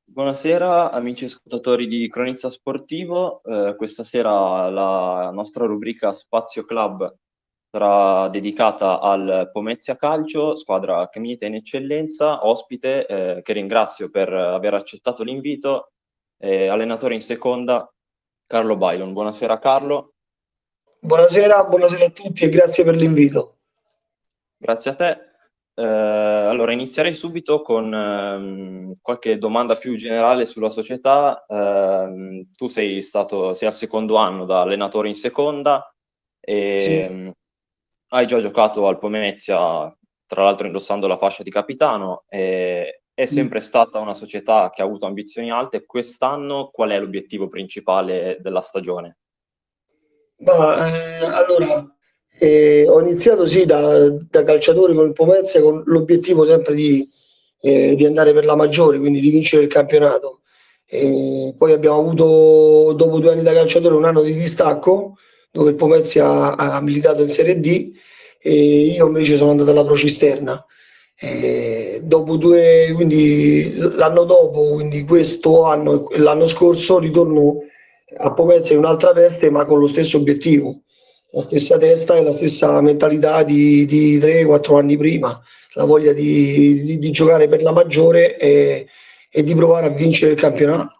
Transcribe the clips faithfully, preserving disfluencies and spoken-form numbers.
Buonasera amici ascoltatori di Cronista Sportivo. Eh, questa sera la nostra rubrica Spazio Club sarà dedicata al Pomezia Calcio, squadra che milita in eccellenza, ospite eh, che ringrazio per aver accettato l'invito, eh, allenatore in seconda Carlo Bailon. Buonasera Carlo. Buonasera, buonasera a tutti e grazie per l'invito. Grazie a te. Eh, allora, inizierei subito con ehm, qualche domanda più generale sulla società. Ehm, tu sei stato, sei al secondo anno da allenatore in seconda e Sì. ehm, hai già giocato al Pomezia, tra l'altro indossando la fascia di capitano. E è Sì. sempre stata una società che ha avuto ambizioni alte. Quest'anno qual è l'obiettivo principale della stagione? Ma eh, allora, eh, ho iniziato sì da, da calciatore con il Pomezia con l'obiettivo sempre di, eh, di andare per la maggiore, quindi di vincere il campionato. E poi abbiamo avuto, dopo due anni da calciatore, un anno di distacco dove il Pomezia ha, ha militato in Serie D e io invece sono andato alla Procisterna. E dopo due, quindi l'anno dopo, quindi questo anno e l'anno scorso, ritorno a Pomezia in un'altra veste, ma con lo stesso obiettivo, la stessa testa e la stessa mentalità di, di tre quattro anni prima, la voglia di, di- di giocare per la maggiore e, e di provare a vincere il campionato.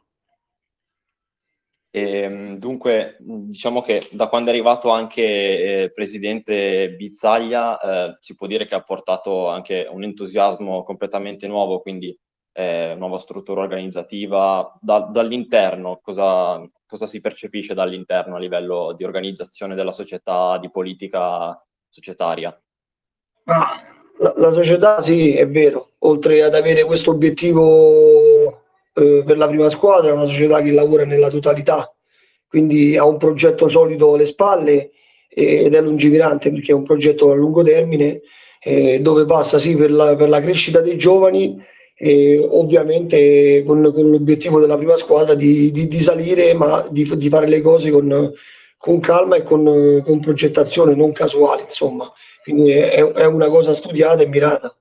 E, dunque, diciamo che da quando è arrivato anche eh, presidente Bizzaglia, eh, si può dire che ha portato anche un entusiasmo completamente nuovo, quindi eh, nuova struttura organizzativa. Da- dall'interno, cosa, cosa si percepisce dall'interno a livello di organizzazione della società, di politica societaria? Ma la, la società sì, è vero, oltre ad avere questo obiettivo eh, per la prima squadra, è una società che lavora nella totalità, quindi ha un progetto solido alle spalle eh, ed è lungimirante perché è un progetto a lungo termine eh, dove passa sì per la, per la crescita dei giovani e ovviamente con, con l'obiettivo della prima squadra di, di- di salire, ma di, di fare le cose con, con calma e con, con progettazione, non casuale, insomma. Quindi è, è una cosa studiata e mirata.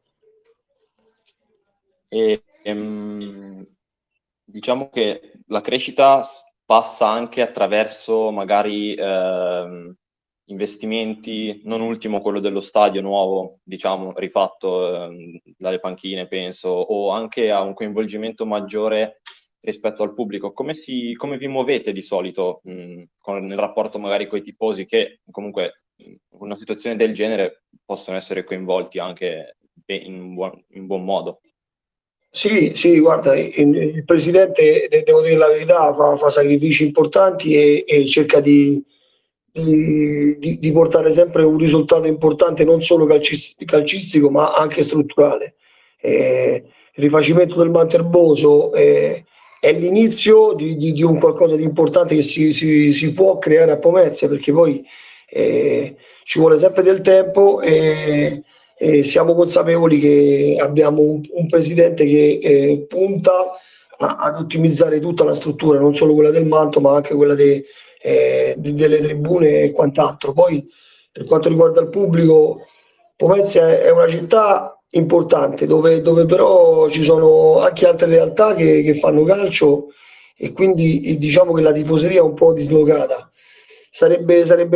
E, ehm, diciamo che la crescita s- passa anche attraverso magari ehm, investimenti, non ultimo quello dello stadio nuovo, diciamo, rifatto ehm, dalle panchine, penso, o anche a un coinvolgimento maggiore rispetto al pubblico. Come, si, come vi muovete di solito mh, con il rapporto magari con i tifosi che comunque in una situazione del genere possono essere coinvolti anche in buon, in buon modo? Sì, sì, guarda, il, il presidente, de- devo dire la verità, fa, fa sacrifici importanti e, e cerca di, di- di- di portare sempre un risultato importante, non solo calcis- calcistico, ma anche strutturale. Eh, il rifacimento del Manterboso è, è l'inizio di, di- di un qualcosa di importante che si, si- si può creare a Pomezia, perché poi eh, ci vuole sempre del tempo e e siamo consapevoli che abbiamo un, un presidente che eh, punta a- ad ottimizzare tutta la struttura, non solo quella del manto, ma anche quella de- eh, de- delle tribune e quant'altro. Poi, per quanto riguarda il pubblico, Pomezia è è una città importante dove, dove però ci sono anche altre realtà che, che fanno calcio e quindi eh, diciamo che la tifoseria è un po' dislocata. Sarebbe, sarebbe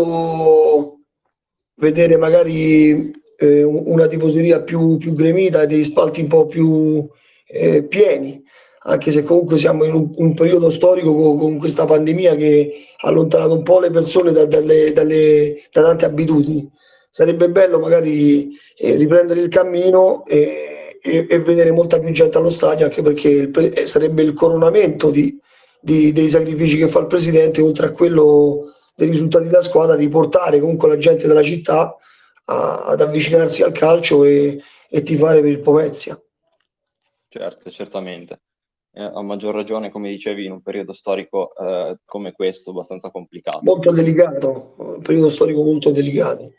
bello vedere magari eh, una tifoseria più, più gremita e degli spalti un po' più eh, pieni, anche se comunque siamo in un, un periodo storico con, con questa pandemia che ha allontanato un po' le persone da, dalle, dalle, da tante abitudini. Sarebbe bello magari eh, riprendere il cammino e, e- e vedere molta più gente allo stadio, anche perché il pre- eh, sarebbe il coronamento di- di- dei sacrifici che fa il presidente, oltre a quello dei risultati della squadra, riportare comunque la gente della città a- ad avvicinarsi al calcio e, e tifare per il Pomezia. Certo, certamente. Eh, a maggior ragione, come dicevi, in un periodo storico eh, come questo, abbastanza complicato. Molto delicato, un periodo storico molto delicato.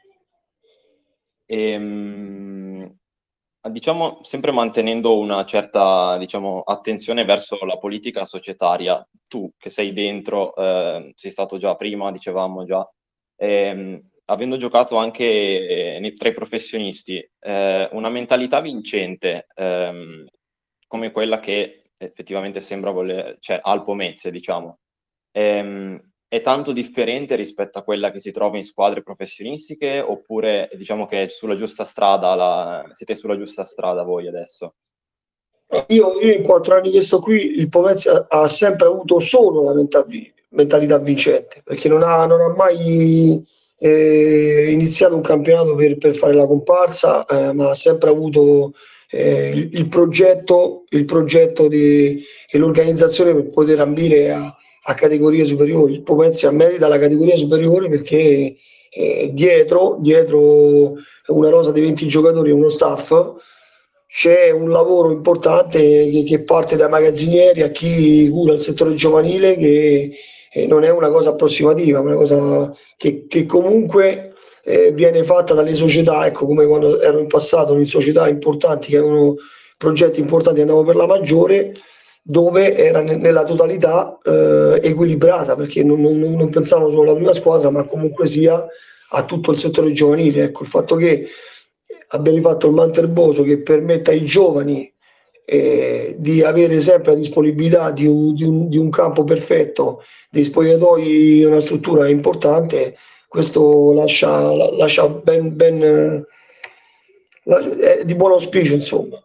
Ehm, diciamo, sempre mantenendo una certa, diciamo, attenzione verso la politica societaria, tu che sei dentro, eh, sei stato già prima, dicevamo già, ehm, avendo giocato anche eh, nei- tra i professionisti, eh, una mentalità vincente, ehm, come quella che effettivamente sembra voler, cioè Alpo Mezze, diciamo, ehm, è tanto differente rispetto a quella che si trova in squadre professionistiche, oppure diciamo che è sulla giusta strada, la... siete sulla giusta strada voi adesso? Io, io in quattro anni che sto qui, il Pomezia ha sempre avuto solo la mentali- mentalità vincente, perché non ha, non ha mai eh, iniziato un campionato per, per fare la comparsa, eh, ma ha sempre avuto eh, il, il progetto, il progetto di, e l'organizzazione per poter ambire a, a categorie superiori. Il Pomezia merita la categoria superiore perché eh, dietro, dietro una rosa di venti giocatori e uno staff c'è un lavoro importante che, che parte dai magazzinieri a chi cura il settore giovanile, che eh, non è una cosa approssimativa, è una cosa che, che comunque eh, viene fatta dalle società, ecco, come quando ero in passato in società importanti che avevano progetti importanti, andavo per la maggiore, dove era ne- nella totalità eh, equilibrata, perché non, non, non pensavamo solo alla prima squadra, ma comunque sia a tutto il settore giovanile. Ecco, il fatto che abbiamo fatto il Manterboso che permette ai giovani eh, di avere sempre la disponibilità di un, di un- di un campo perfetto, dei spogliatoi, una struttura importante, questo lascia, la- lascia ben, ben eh, la- è di buon auspicio, insomma.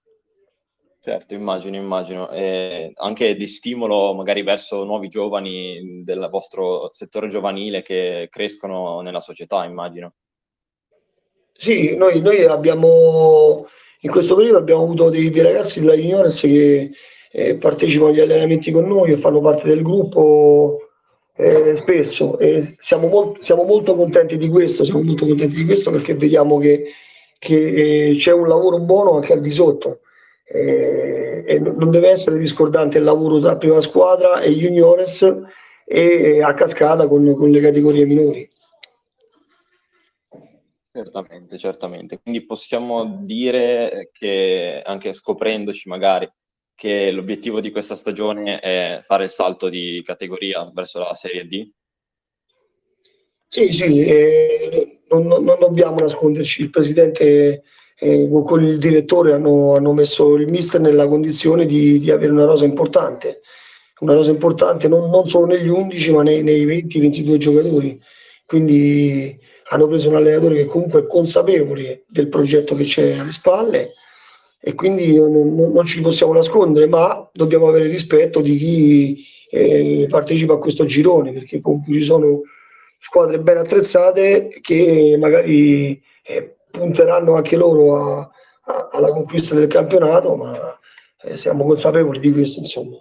Certo, immagino, immagino. E anche di stimolo magari verso nuovi giovani del vostro settore giovanile che crescono nella società, immagino. Sì, noi, noi abbiamo in questo periodo abbiamo avuto dei, dei ragazzi della Juniores che eh, partecipano agli allenamenti con noi e fanno parte del gruppo eh, spesso e siamo, molt- siamo molto contenti di questo, siamo molto contenti di questo perché vediamo che, che, eh, c'è un lavoro buono anche al di sotto eh, e non deve essere discordante il lavoro tra prima squadra e Juniores e a cascata con con le categorie minori. Certamente, certamente. Quindi possiamo dire che, anche scoprendoci magari, che l'obiettivo di questa stagione è fare il salto di categoria verso la Serie D. Sì, sì, eh, non, non- non dobbiamo nasconderci, il presidente eh, con con il direttore hanno, hanno messo il mister nella condizione di, di avere una rosa importante, una rosa importante non, non solo negli undici ma nei, nei venti ventidue giocatori, quindi hanno preso un allenatore che comunque è consapevole del progetto che c'è alle spalle e quindi non, non- non ci possiamo nascondere, ma dobbiamo avere rispetto di chi eh, partecipa a questo girone, perché comunque ci sono squadre ben attrezzate che magari eh, punteranno anche loro a- a- alla conquista del campionato, ma eh, siamo consapevoli di questo, insomma.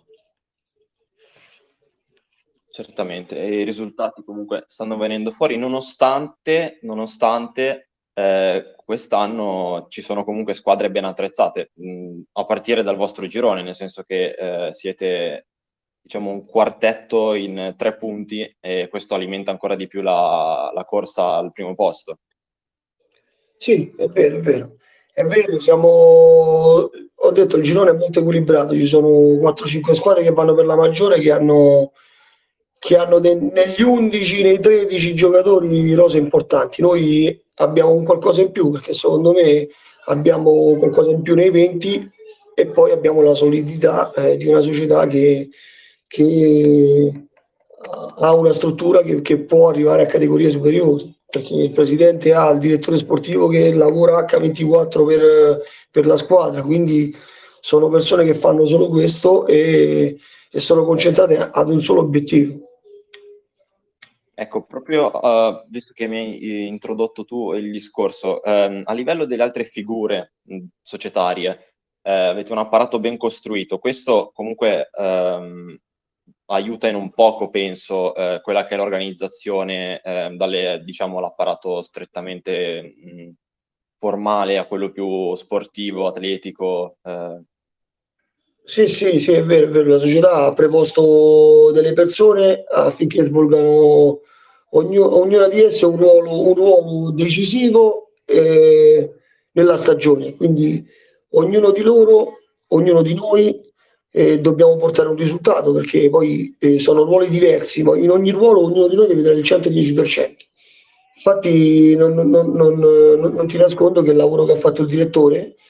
Certamente, e i risultati comunque stanno venendo fuori, nonostante, nonostante eh, quest'anno ci sono comunque squadre ben attrezzate, mh, a partire dal vostro girone, nel senso che eh, siete, diciamo, un quartetto in tre punti e questo alimenta ancora di più la, la corsa al primo posto. Sì, è vero, è vero. È vero, siamo, ho detto il girone è molto equilibrato, ci sono quattro cinque squadre che vanno per la maggiore che hanno, che hanno de- negli undici, nei tredici giocatori rose importanti. Noi abbiamo un qualcosa in più perché secondo me abbiamo qualcosa in più nei venti e poi abbiamo la solidità eh, di una società che, che ha una struttura che, che può arrivare a categorie superiori, perché il presidente ha il direttore sportivo che lavora acca ventiquattro per, per la squadra, quindi sono persone che fanno solo questo e, e sono concentrate ad un solo obiettivo. Ecco, proprio eh, visto che mi hai eh, introdotto tu il discorso, ehm, a livello delle altre figure mh, societarie, eh, avete un apparato ben costruito. Questo comunque ehm, aiuta in un poco, penso, eh, quella che è l'organizzazione, eh, dalle, diciamo, l'apparato strettamente mh, formale a quello più sportivo, atletico. eh. Sì, sì, sì, è vero, è vero, la società ha preposto delle persone affinché svolgano ognu- ognuna di esse un ruolo, un ruolo decisivo eh, nella stagione. Quindi ognuno di loro, ognuno di noi eh, dobbiamo portare un risultato perché poi eh, sono ruoli diversi, ma in ogni ruolo ognuno di noi deve dare il centodieci per cento. Infatti non, non- non- non- non ti nascondo che il lavoro che ha fatto il direttore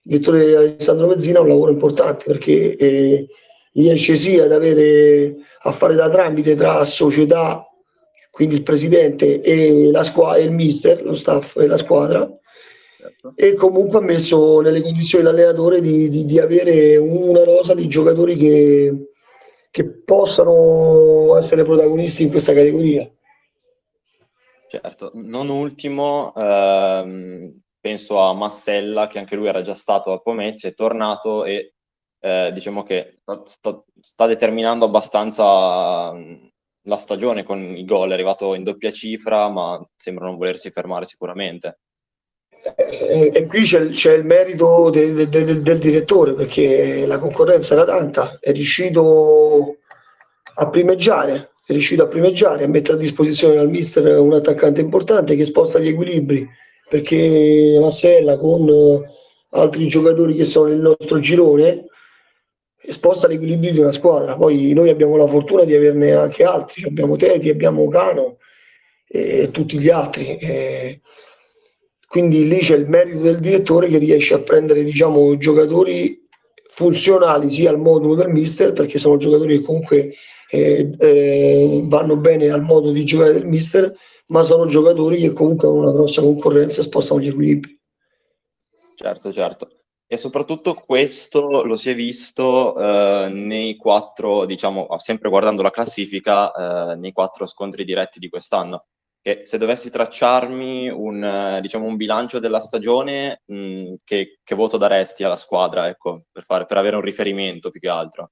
direttore Alessandro Mezzina, un lavoro importante perché eh, riesce sia ad avere a fare da tramite tra società, quindi il presidente e la squadra, il mister, lo staff e la squadra, certo. e comunque ha messo nelle condizioni l'allenatore di, di, di avere una rosa di giocatori che, che possano essere protagonisti in questa categoria. Certo, non ultimo, ehm, penso a Massella, che anche lui era già stato a Pomezia, è tornato e eh, diciamo che sta, sta- sta determinando abbastanza mh, la stagione con i gol, è arrivato in doppia cifra, ma sembra non volersi fermare sicuramente. E, e qui c'è, c'è il merito de- de- de- del direttore perché la concorrenza era tanta, è riuscito a primeggiare, è riuscito a primeggiare, a mettere a disposizione al mister un attaccante importante che sposta gli equilibri perché Massella con eh, altri giocatori che sono nel nostro girone sposta l'equilibrio di una squadra. Poi noi abbiamo la fortuna di averne anche altri, cioè abbiamo Teti, abbiamo Cano e tutti gli altri. E quindi lì c'è il merito del direttore che riesce a prendere, diciamo, giocatori funzionali sia al modulo del mister, perché sono giocatori che comunque eh, eh, vanno bene al modo di giocare del mister, ma sono giocatori che comunque hanno una grossa concorrenza e spostano gli equilibri. Certo, certo. E soprattutto questo lo si è visto eh, nei quattro, diciamo, sempre guardando la classifica, eh, nei quattro scontri diretti di quest'anno. Che se dovessi tracciarmi un, eh, diciamo, un bilancio della stagione, mh, che, che voto daresti alla squadra, ecco, per fare, per avere un riferimento più che altro?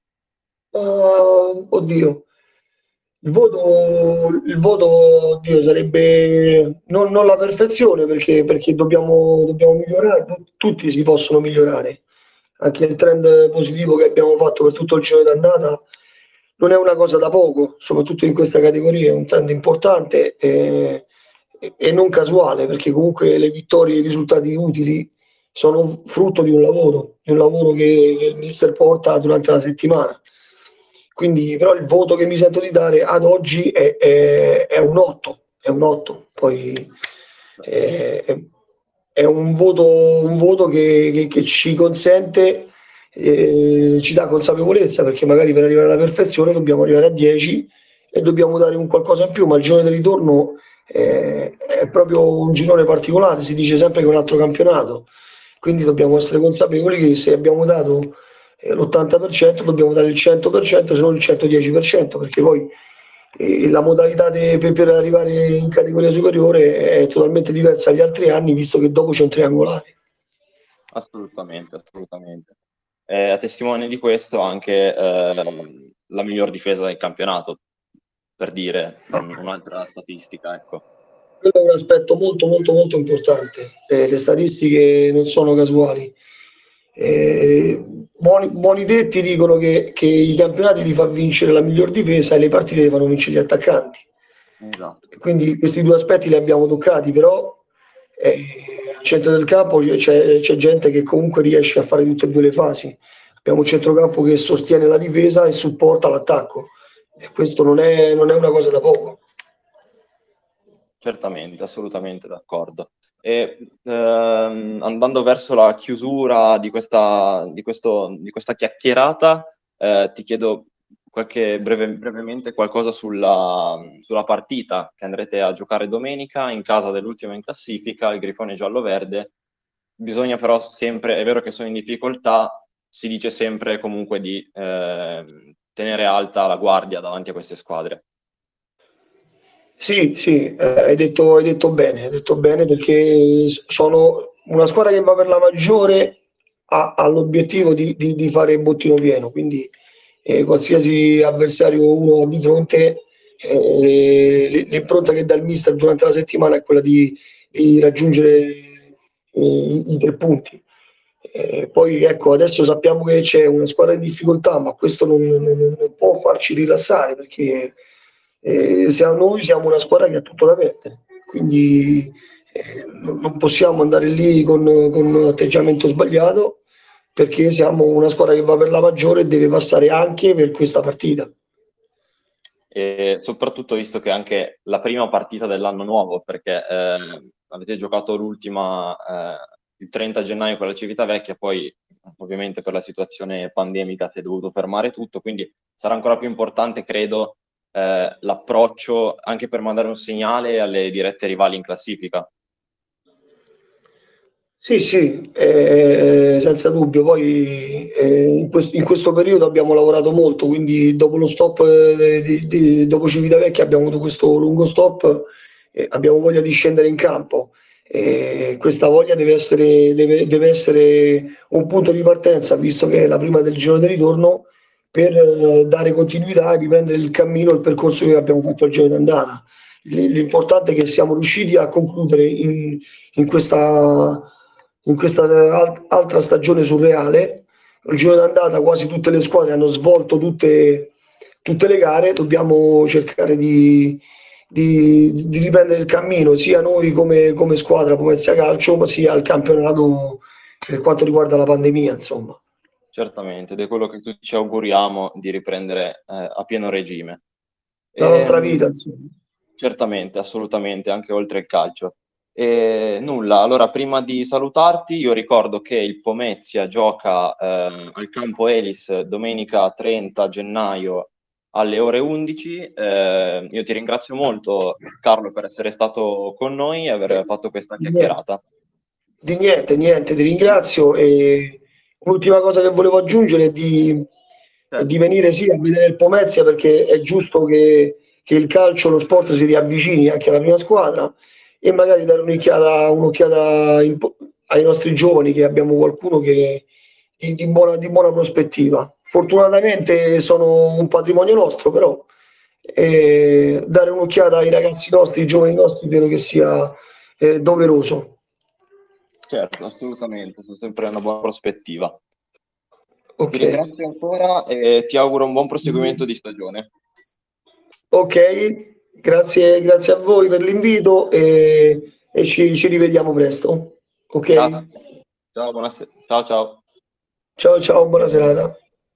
Uh, oddio, il voto, il voto oddio, sarebbe non, non la perfezione perché, perché dobbiamo, dobbiamo migliorare, tu- tutti si possono migliorare. Anche il trend positivo che abbiamo fatto per tutto il giro d'andata non è una cosa da poco, soprattutto in questa categoria, è un trend importante e, e- e non casuale, perché comunque le vittorie e i risultati utili sono frutto di un lavoro, di un lavoro che, che il mister porta durante la settimana. Quindi, però il voto che mi sento di dare ad oggi è, è- è un otto, è un otto. Poi è, è- è un voto, un voto che, che- che ci consente, eh, ci dà consapevolezza, perché magari per arrivare alla perfezione dobbiamo arrivare a dieci e dobbiamo dare un qualcosa in più, ma il girone del ritorno eh, è proprio un girone particolare, si dice sempre che è un altro campionato, quindi dobbiamo essere consapevoli che se abbiamo dato eh, l'ottanta per cento dobbiamo dare il cento per cento, se non il centodieci per cento, perché poi eh, la modalità de- per, per arrivare in categoria superiore è totalmente diversa dagli altri anni, visto che dopo c'è un triangolare. Assolutamente, assolutamente. Eh, a testimone di questo anche ehm, la miglior difesa del campionato, per dire un- un'altra statistica, ecco. Quello è un aspetto molto molto molto importante. Eh, le statistiche non sono casuali. Eh, buoni, buoni detti dicono che, che i campionati li fa vincere la miglior difesa e le partite li fanno vincere gli attaccanti. Esatto. Quindi questi due aspetti li abbiamo toccati, però eh, al centro del campo c'è, c'è- c'è gente che comunque riesce a fare tutte e due le fasi. Abbiamo un centrocampo che sostiene la difesa e supporta l'attacco, e questo non è, non è una cosa da poco. Certamente, assolutamente d'accordo. E ehm, andando verso la chiusura di questa, di questo- di questa chiacchierata, eh, ti chiedo qualche, breve- brevemente qualcosa sulla, sulla partita che andrete a giocare domenica in casa dell'ultimo in classifica, il Grifone giallo-verde. Bisogna però sempre, è vero che sono in difficoltà, si dice sempre comunque di ehm, tenere alta la guardia davanti a queste squadre. Sì, sì, eh, hai detto, hai detto bene, hai detto bene perché s- sono una squadra che va per la maggiore, ha, ha l'obiettivo di, di- di fare bottino pieno, quindi eh, qualsiasi avversario uno ha di fronte, eh, l- l'impronta che dà il mister durante la settimana è quella di, di raggiungere eh, i, i tre punti. Eh, poi ecco, adesso sappiamo che c'è una squadra in difficoltà, ma questo non, non- non può farci rilassare perché eh, siamo, noi siamo una squadra che ha tutto da perdere, quindi eh, non non possiamo andare lì con, con un atteggiamento sbagliato perché siamo una squadra che va per la maggiore e deve passare anche per questa partita. E soprattutto visto che è anche la prima partita dell'anno nuovo, perché eh, avete giocato l'ultima, eh, il trenta gennaio con la Civitavecchia, poi ovviamente per la situazione pandemica si è dovuto fermare tutto, quindi sarà ancora più importante, credo, eh, l'approccio anche per mandare un segnale alle dirette rivali in classifica. Sì, sì, eh, senza dubbio. Poi eh, in, quest- in questo periodo abbiamo lavorato molto, quindi dopo lo stop, eh, di, di- dopo Civitavecchia abbiamo avuto questo lungo stop e abbiamo voglia di scendere in campo. E questa voglia deve essere, deve, deve essere un punto di partenza, visto che è la prima del giro di ritorno, per eh, dare continuità e riprendere il cammino, il percorso che abbiamo fatto al giro d'andata. L- L'importante è che siamo riusciti a concludere in in questa, in questa al- altra stagione surreale. Il giro d'andata quasi tutte le squadre hanno svolto tutte, tutte le gare, dobbiamo cercare di, di- di riprendere il cammino, sia noi come, come squadra Pomezia Calcio, ma sia il campionato per quanto riguarda la pandemia, insomma. Certamente, ed è quello che tutti ci auguriamo di riprendere eh, a pieno regime. La nostra Ehm, vita, insomma. Certamente, assolutamente, anche oltre il calcio. E nulla, allora prima di salutarti io ricordo che il Pomezia gioca eh, al campo Elis domenica trenta gennaio alle ore undici. Eh, io ti ringrazio molto Carlo per essere stato con noi e aver fatto questa Di niente, chiacchierata. di niente, niente, ti ringrazio. E l'ultima cosa che volevo aggiungere è di, è di Certo, venire sì a vedere il Pomezia, perché è giusto che, che il calcio, lo sport si riavvicini anche alla prima squadra e magari dare un'occhiata, un'occhiata in po- ai nostri giovani, che abbiamo qualcuno che di, di buona, di buona prospettiva. Fortunatamente sono un patrimonio nostro, però eh, dare un'occhiata ai ragazzi nostri, ai giovani nostri, credo che sia eh, doveroso. certo, assolutamente, è sempre una buona prospettiva. Ti Ok, ringrazio ancora e ti auguro un buon proseguimento di stagione. ok, grazie, grazie a voi per l'invito e, e ci, ci rivediamo presto. Ok, Grazie. Ciao, buonasera. Ciao, ciao. ciao ciao, buona serata.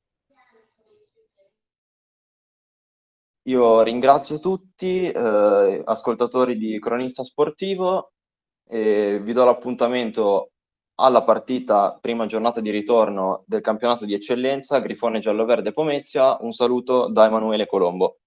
Io ringrazio tutti, eh, ascoltatori di Cronista Sportivo, e vi do l'appuntamento alla partita, prima giornata di ritorno del campionato di eccellenza Grifone Gialloverde Pomezia. Un saluto da Emanuele Colombo.